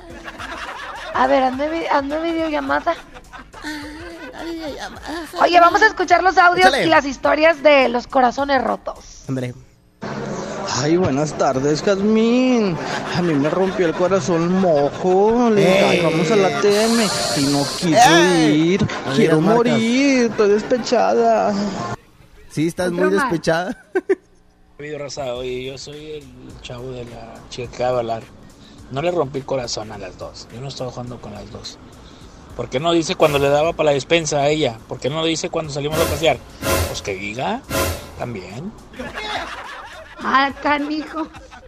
A ver, hazme, hazme videollamada. Ay, videollamada. Oye, vamos a escuchar los audios Échale. y las historias de los corazones rotos. André. Ay, buenas tardes, Jazmín. A mí me rompió el corazón Mojo. Le dije, ay, vamos a la T M y no quiso ¡Ey! ir. No Quiero digas marcas. morir, estoy despechada. Sí, estás muy despechada. Video raza, oye, yo soy el chavo de la chica que va a hablar. No le rompí el corazón a las dos. Yo no estaba jugando con las dos. ¿Por qué no dice cuando le daba para la despensa a ella? ¿Por qué no lo dice cuando salimos a pasear? Pues que diga, también. Ah, canijo.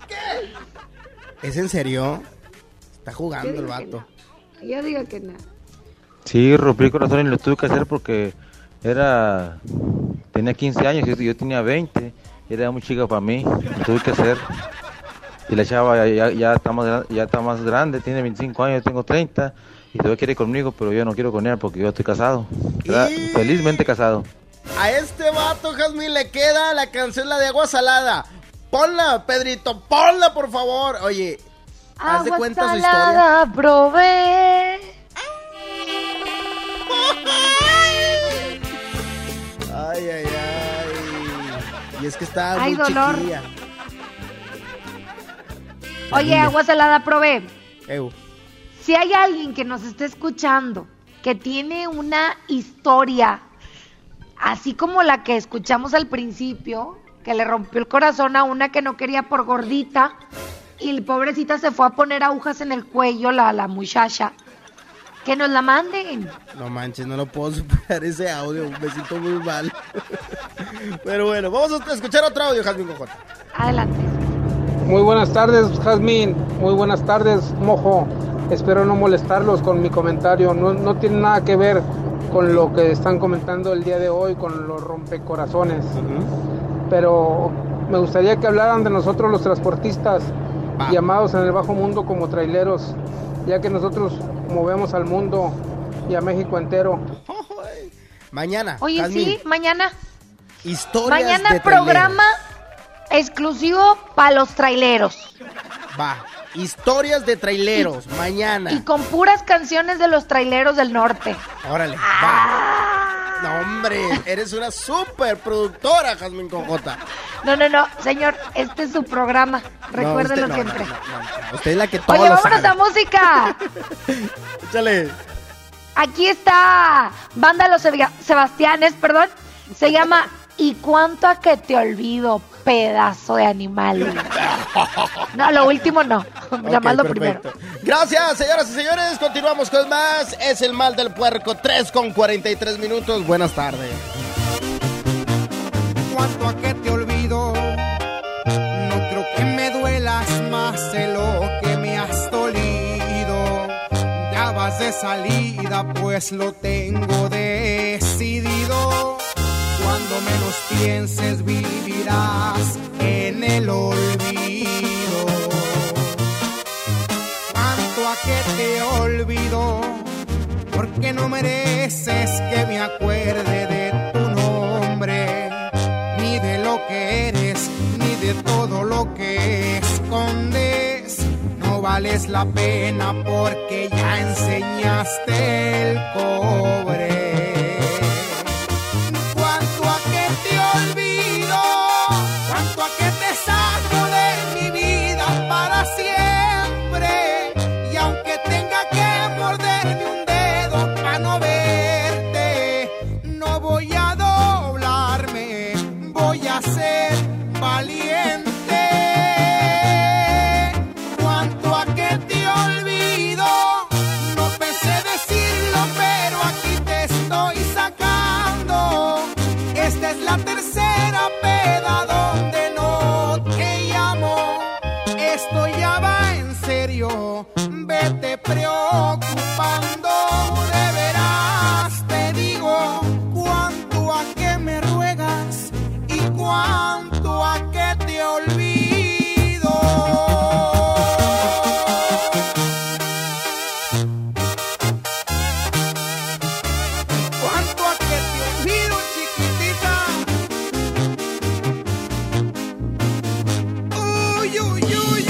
¿Es en serio? Está jugando el vato. No. Yo digo que no. Sí, rompí el corazón y lo tuve que hacer porque era... Tenía quince años y yo tenía veinte. Era muy chica para mí, lo tuve que hacer. Y la chava ya, ya, ya, está más, ya está más grande, tiene veinticinco años, yo tengo treinta. Y todavía quiere ir conmigo, pero yo no quiero con ella porque yo estoy casado. Era Y... felizmente casado. A este vato, Jazmín, le queda la canción, la de Agua Salada. Ponla, Pedrito, ponla, por favor. Oye, haz de Agua cuenta su salada, historia. probé. Ay, ay, ay. Y es que está Ay, muy dolor. chiquilla. Oye, agua salada, probé. Eu. Si hay alguien que nos esté escuchando que tiene una historia así como la que escuchamos al principio, que le rompió el corazón a una que no quería por gordita y el pobrecita se fue a poner agujas en el cuello, la, la muchacha, que nos la manden. No manches, no lo puedo superar ese audio, me siento muy mal. Pero bueno, vamos a escuchar otro audio, Jazmín Cojota. Adelante. Muy buenas tardes, Jazmín. Muy buenas tardes, Mojo. espero no molestarlos con mi comentario, no, no tiene nada que ver con lo que están comentando el día de hoy, con los rompecorazones. Uh-huh. Pero me gustaría que hablaran de nosotros los transportistas, ah. llamados en el bajo mundo como traileros, ya que nosotros movemos al mundo y a México entero. Mañana. Oye, Jasmine. Sí, mañana. Historias mañana de programa exclusivo para los traileros. Va. Historias de traileros, y, mañana. Y con puras canciones de los traileros del norte. Órale, ah. va. No, hombre, eres una súper productora, Jasmine con J. No, no, no, señor, este es su programa. Recuérdelo no, siempre. No, no, no, no. Usted es la que todo Oye, lo vámonos sabe. a música. Échale. Aquí está Banda Los Sebastianes, perdón. Se llama ¿Y cuánto a que te olvido, pedazo de animal? No, lo último no. Okay, llamarlo primero. Gracias, señoras y señores. Continuamos con más. Es el mal del puerco. tres con cuarenta y tres minutos. Buenas tardes. ¿Cuánto a que te olvido? No creo que me duelas más de lo que me has dolido. Ya vas de salida, pues lo tengo decidido. Cuando menos pienses vivirás en el olvido. Cuánto a que te olvido, porque no mereces que me acuerde de tu nombre, ni de lo que eres, ni de todo lo que escondes. No vales la pena porque ya enseñaste el cobre. Vete preocupando, de veras te digo, cuánto a que me ruegas y cuánto a que te olvido. Cuánto a que te olvido, chiquitita. Uy, uy, uy, uy.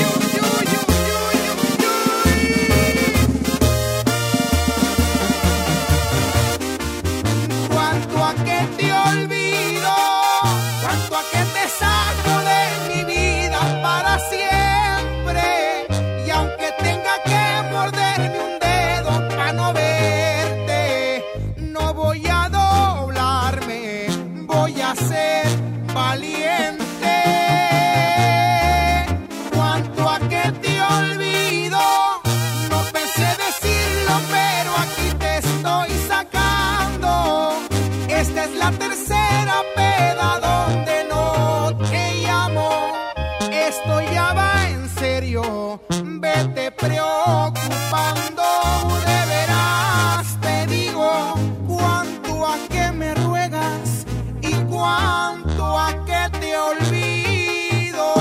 Vete preocupando, de veras te digo, cuánto a que me ruegas y cuánto a que te olvido.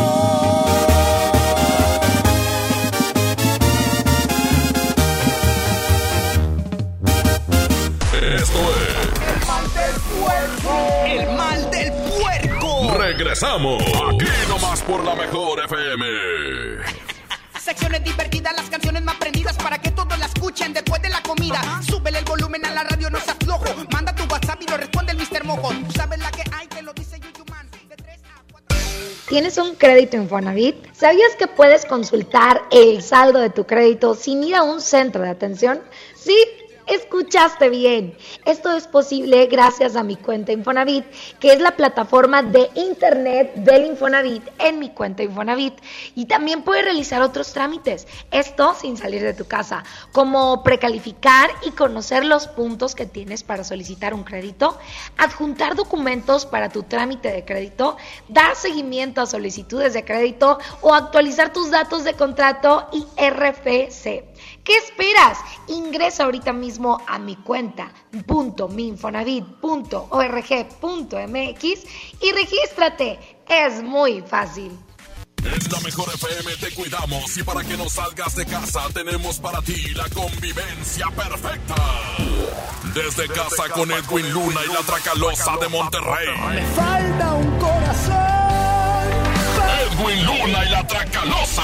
Esto es El mal del puerco. El mal del puerco. Regresamos aquí nomás por la mejor F M. Secciones divertidas, las canciones más prendidas para que todos la escuchen después de la comida. Uh-huh. Súbele el volumen a la radio, no seas flojo. Manda tu WhatsApp y lo responde el mister Mojo. Tú sabes la que hay, te lo dice Yuyuman. De tres a cuatro. ¿Tienes un crédito Infonavit? ¿Sabías que puedes consultar el saldo de tu crédito sin ir a un centro de atención? Sí. Escuchaste bien. Esto es posible gracias a mi cuenta Infonavit, que es la plataforma de internet del Infonavit en mi cuenta Infonavit. Y también puedes realizar otros trámites, esto sin salir de tu casa, como precalificar y conocer los puntos que tienes para solicitar un crédito, adjuntar documentos para tu trámite de crédito, dar seguimiento a solicitudes de crédito o actualizar tus datos de contrato y R F C. ¿Qué esperas? Ingresa ahorita mismo a mi cuenta punto minfonavit punto org punto mx y regístrate. Es muy fácil. En la Mejor F M te cuidamos y para que no salgas de casa tenemos para ti la convivencia perfecta. Desde casa con Edwin Luna y la Tracalosa de Monterrey. Me falta un corazón. Edwin Luna y la Tracalosa.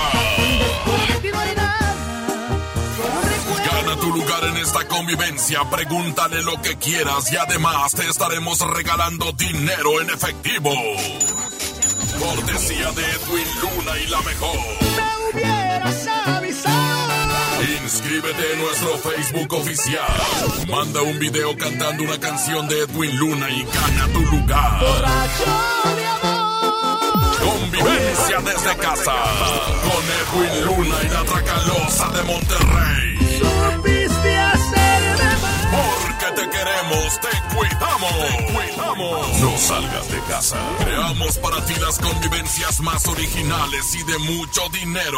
Gana tu lugar en esta convivencia, pregúntale lo que quieras y además te estaremos regalando dinero en efectivo. Cortesía de Edwin Luna y la Mejor. Me hubieras avisado. Inscríbete en nuestro Facebook oficial. Manda un video cantando una canción de Edwin Luna y gana tu lugar. Borracho de amor. Convivencia desde casa con Edwin Luna y la Tracalosa de Monterrey. Supiste hacerme mal. Porque te queremos, te cuidamos, te cuidamos. No salgas de casa. Creamos para ti las convivencias más originales y de mucho dinero.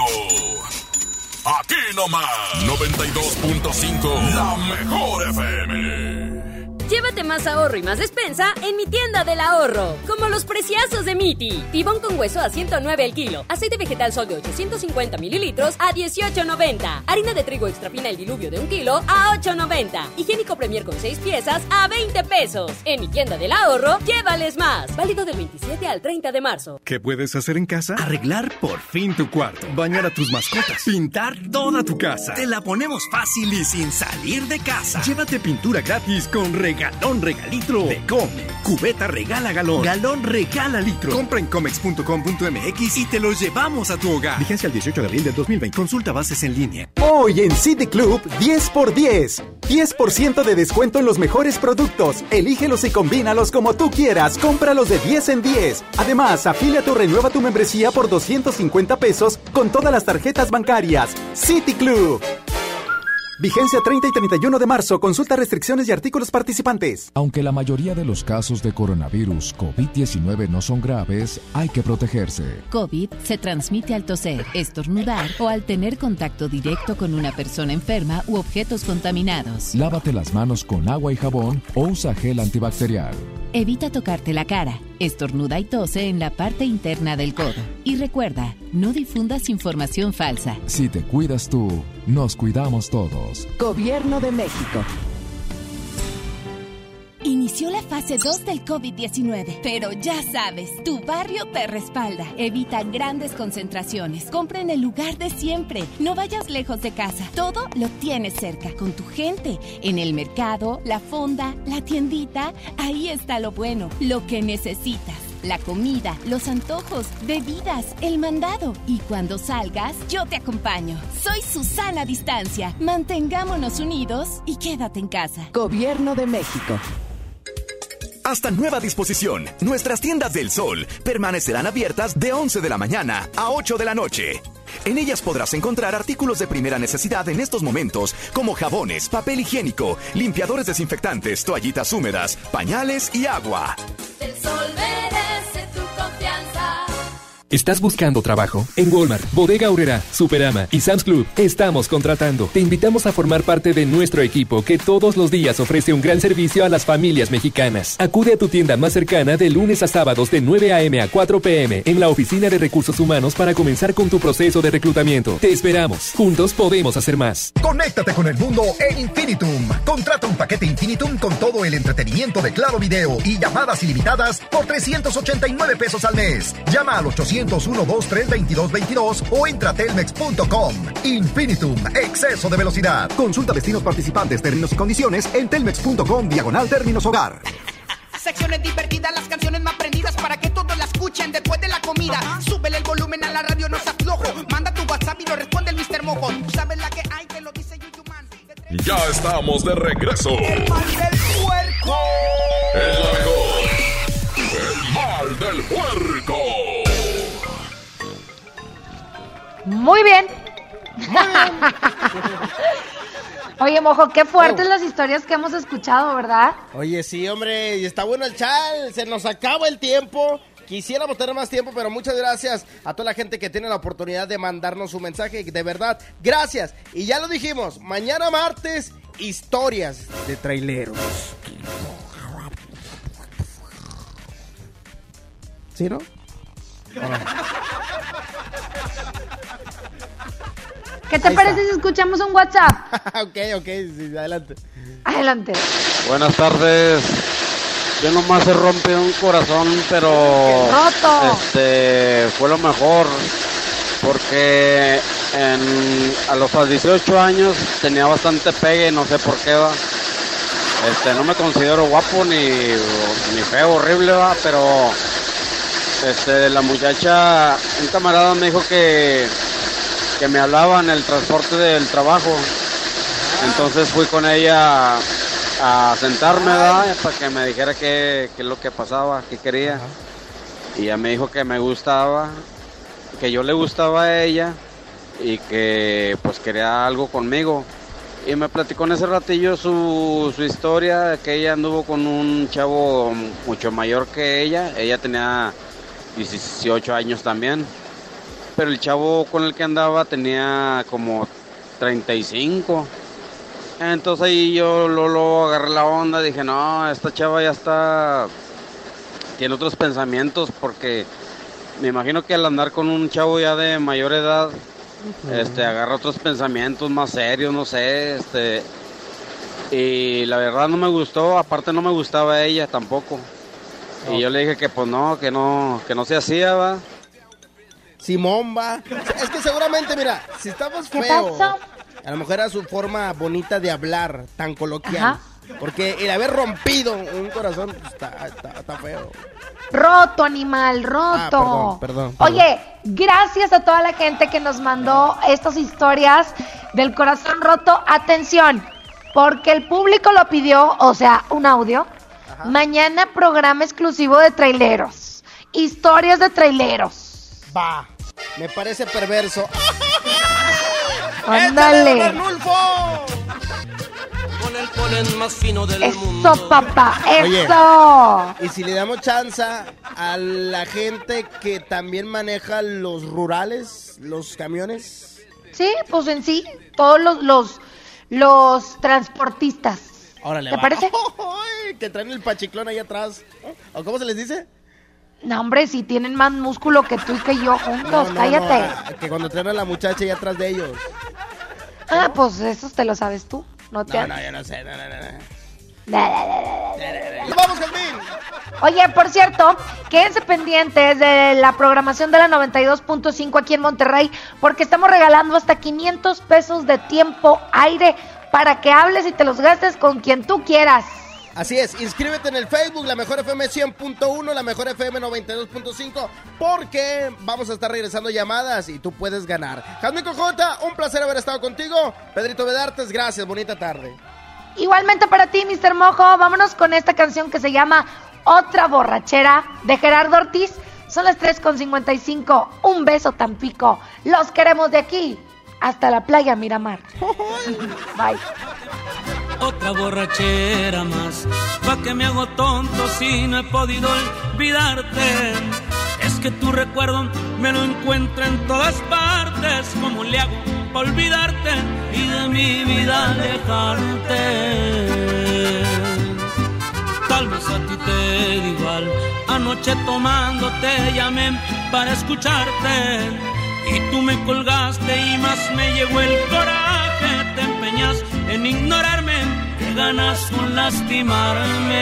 Aquí nomás, noventa y dos punto cinco, la Mejor F M. Llévate más ahorro y más despensa en mi tienda del ahorro, como los preciazos de Miti. Tibón con hueso a ciento nueve el kilo. Aceite vegetal sol de ochocientos cincuenta mililitros a dieciocho noventa. Harina de trigo extra fina el diluvio de un kilo a ocho noventa. Higiénico Premier con seis piezas a veinte pesos. En mi tienda del ahorro, llévales más. Válido del veintisiete al treinta de marzo. ¿Qué puedes hacer en casa? Arreglar por fin tu cuarto. Bañar a tus mascotas. Pintar toda tu casa. Te la ponemos fácil y sin salir de casa. Llévate pintura gratis con regalón regalitro de Comex. Cubeta regala galón. Galón regala litro. Compra en comex punto com punto mx y te lo llevamos a tu hogar. Vigencia el dieciocho de abril del dos mil veinte. Consulta bases en línea. Hoy en City Club, diez por diez. diez por ciento de descuento en los mejores productos. Elígelos y combínalos como tú quieras. Cómpralos de diez en diez. Además, afíliate o renueva tu membresía por doscientos cincuenta pesos con todas las tarjetas bancarias. City Club. Vigencia treinta y treinta y uno de marzo. Consulta restricciones y artículos participantes. Aunque la mayoría de los casos de coronavirus COVID diecinueve no son graves, hay que protegerse. COVID se transmite al toser, estornudar o al tener contacto directo con una persona enferma u objetos contaminados. Lávate las manos con agua y jabón o usa gel antibacterial. Evita tocarte la cara. Estornuda y tose en la parte interna del codo. Y recuerda, no difundas información falsa. Si te cuidas tú, nos cuidamos todos. Gobierno de México. Inició la fase dos del COVID diecinueve, pero ya sabes, tu barrio te respalda. Evita grandes concentraciones. Compra en el lugar de siempre. No vayas lejos de casa. Todo lo tienes cerca, con tu gente. En el mercado, la fonda, la tiendita. Ahí está lo bueno, lo que necesitas. La comida, los antojos, bebidas, el mandado. Y cuando salgas, yo te acompaño. Soy Susana Distancia. Mantengámonos unidos y quédate en casa. Gobierno de México. Hasta nueva disposición, nuestras tiendas del Sol permanecerán abiertas de once de la mañana a ocho de la noche. En ellas podrás encontrar artículos de primera necesidad en estos momentos, como jabones, papel higiénico, limpiadores desinfectantes, toallitas húmedas, pañales y agua. El Sol merece tu confianza. ¿Estás buscando trabajo? En Walmart, Bodega Aurrera, Superama y Sam's Club estamos contratando. Te invitamos a formar parte de nuestro equipo que todos los días ofrece un gran servicio a las familias mexicanas. Acude a tu tienda más cercana de lunes a sábados de nueve a.m. a cuatro p.m. en la Oficina de Recursos Humanos para comenzar con tu proceso de reclutamiento. Te esperamos. Juntos podemos hacer más. Conéctate con el mundo en Infinitum. Contrata un paquete Infinitum con todo el entretenimiento de Claro Video y llamadas ilimitadas por trescientos ochenta y nueve pesos al mes. Llama al ochocientos uno dos tres veintidós veintidós o entra a telmex punto com. Infinitum, exceso de velocidad. Consulta destinos participantes, términos y condiciones en telmex punto com diagonal términos hogar. Secciones divertidas, las canciones más prendidas para que todos la escuchen después de la comida. Uh-huh. Súbele el volumen a la radio, no se aflojo. Manda tu WhatsApp y lo responde el mister Mojo. Tú sabes la que hay, te lo dice YouTube Man. Ya estamos de regreso. El mal del puerco. Es la mejor. El mal del puerco. Muy bien. Muy bien. Oye, Mojo, qué fuertes oh. las historias que hemos escuchado, ¿verdad? Oye, sí, hombre, y está bueno el chal, se nos acaba el tiempo, Quisiéramos tener más tiempo, pero muchas gracias a toda la gente que tiene la oportunidad de mandarnos su mensaje. De verdad, gracias. Y ya lo dijimos, mañana martes, historias de traileros. ¿Sí, no? ¿Qué te parece si escuchamos un WhatsApp? ok, ok, sí, adelante. Adelante. Buenas tardes. Yo nomás se rompió un corazón, pero roto. Este fue lo mejor, porque en, a los dieciocho años tenía bastante pegue, no sé por qué va. Este, no me considero guapo ni, ni feo, horrible va, pero este, la muchacha, un camarada me dijo que, que me hablaba en el transporte del trabajo. Entonces fui con ella a sentarme, ¿verdad? Para que me dijera qué, qué es lo que pasaba, qué quería. Y ella me dijo que me gustaba, que yo le gustaba a ella y que pues quería algo conmigo. Y me platicó en ese ratillo su, su historia, que ella anduvo con un chavo mucho mayor que ella. Ella tenía dieciocho años también, pero el chavo con el que andaba tenía como treinta y cinco. Entonces ahí yo lo, lo agarré la onda, dije, no, esta chava ya está, tiene otros pensamientos, porque me imagino que al andar con un chavo ya de mayor edad, uh-huh. este, agarra otros pensamientos más serios, no sé, este, y la verdad no me gustó, aparte no me gustaba ella tampoco. No. Y yo le dije que pues no, que no, que no se hacía, va. Simón, va. Es que seguramente, mira, si estamos feos, a lo mejor era su forma bonita de hablar, tan coloquial. Ajá. Porque el haber rompido un corazón, pues, está, está, está feo. Roto, animal, roto. Ah, perdón, perdón, perdón. Oye, gracias a toda la gente que nos mandó estas historias del corazón roto. Atención, porque el público lo pidió, o sea, un audio. Ajá. Mañana programa exclusivo de traileros. Historias de traileros. Va, me parece perverso. Ándale. Con el polen más fino del eso, mundo. Eso, papá, Oye, eso. Y si le damos chance a la gente que también maneja los rurales, los camiones. Sí, pues en sí, todos los los, los transportistas. Órale, ¿te va. parece? Ay, que traen el pachiclón ahí atrás. ¿O cómo se les dice? No, hombre, si tienen más músculo que tú y que yo juntos, no, no, cállate. No, que cuando traen a la muchacha ahí atrás de ellos. Ah, pues eso te lo sabes tú. No, te no, no, yo no sé. No, no, no, no. Da, da, da, da, da. ¡Vamos, Jasmine! Oye, por cierto, quédense pendientes de la programación de la noventa y dos punto cinco aquí en Monterrey, porque estamos regalando hasta quinientos pesos de tiempo aire para que hables y te los gastes con quien tú quieras. Así es, inscríbete en el Facebook, la Mejor F M cien punto uno, la Mejor F M noventa y dos punto cinco, porque vamos a estar regresando llamadas y tú puedes ganar. Jasmine Cojota, un placer haber estado contigo. Pedrito Bedartes, gracias, bonita tarde. Igualmente para ti, mister Mojo, vámonos con esta canción que se llama Otra Borrachera, de Gerardo Ortiz. Son las tres con cincuenta y cinco, un beso Tampico, los queremos de aquí hasta la playa Miramar. Bye. Otra borrachera más, pa' que me hago tonto si no he podido olvidarte. Es que tu recuerdo me lo encuentro en todas partes. ¿Cómo le hago pa' olvidarte y de mi vida alejarte? Tal vez a ti te da igual, anoche tomando te llamé para escucharte y tú me colgaste y más me llegó el coraje. Te empeñas en ignorarme, que ganas con lastimarme.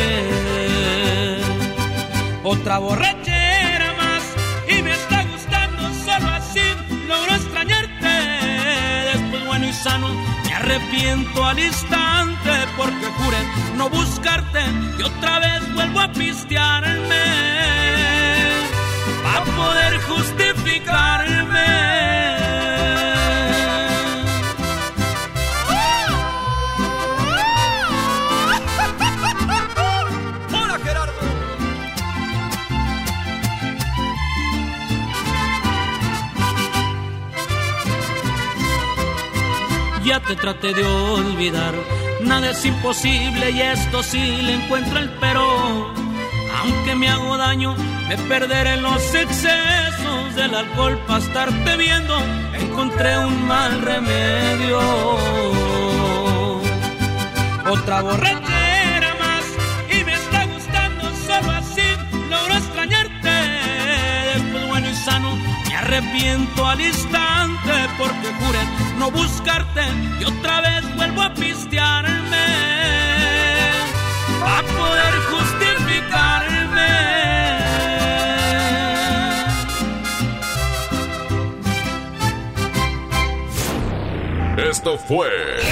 Otra borrachera más y me está gustando, solo así logro extrañarte. Después bueno y sano me arrepiento al instante, porque juré no buscarte y otra vez vuelvo a pistearme para poder justificarme. Ya te traté de olvidar, nada es imposible y esto sí le encuentro el pero. Aunque me hago daño, me perderé en los excesos del alcohol para estarte viendo. Encontré un mal remedio. Otra borrachera más y me está gustando, solo así logro extrañarte. Después bueno y sano me arrepiento al instante porque juré no buscarte y otra vez vuelvo a pistearme a poder justificarme. Esto fue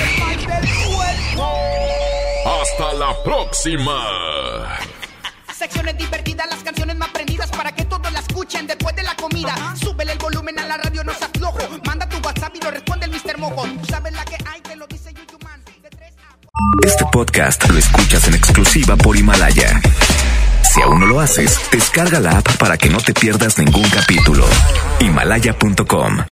Hasta la próxima. Secciones divertidas, las canciones más prendidas para que todos la escuchen después de la comida. Uh-huh. Súbele el volumen a la radio, no se aflojo. Manda tu WhatsApp y lo responde el mister Mojo. Tú sabes la que hay, te lo dice YouTube Man. De tres a... Este podcast lo escuchas en exclusiva por Himalaya. Si aún no lo haces, descarga la app para que no te pierdas ningún capítulo. Himalaya punto com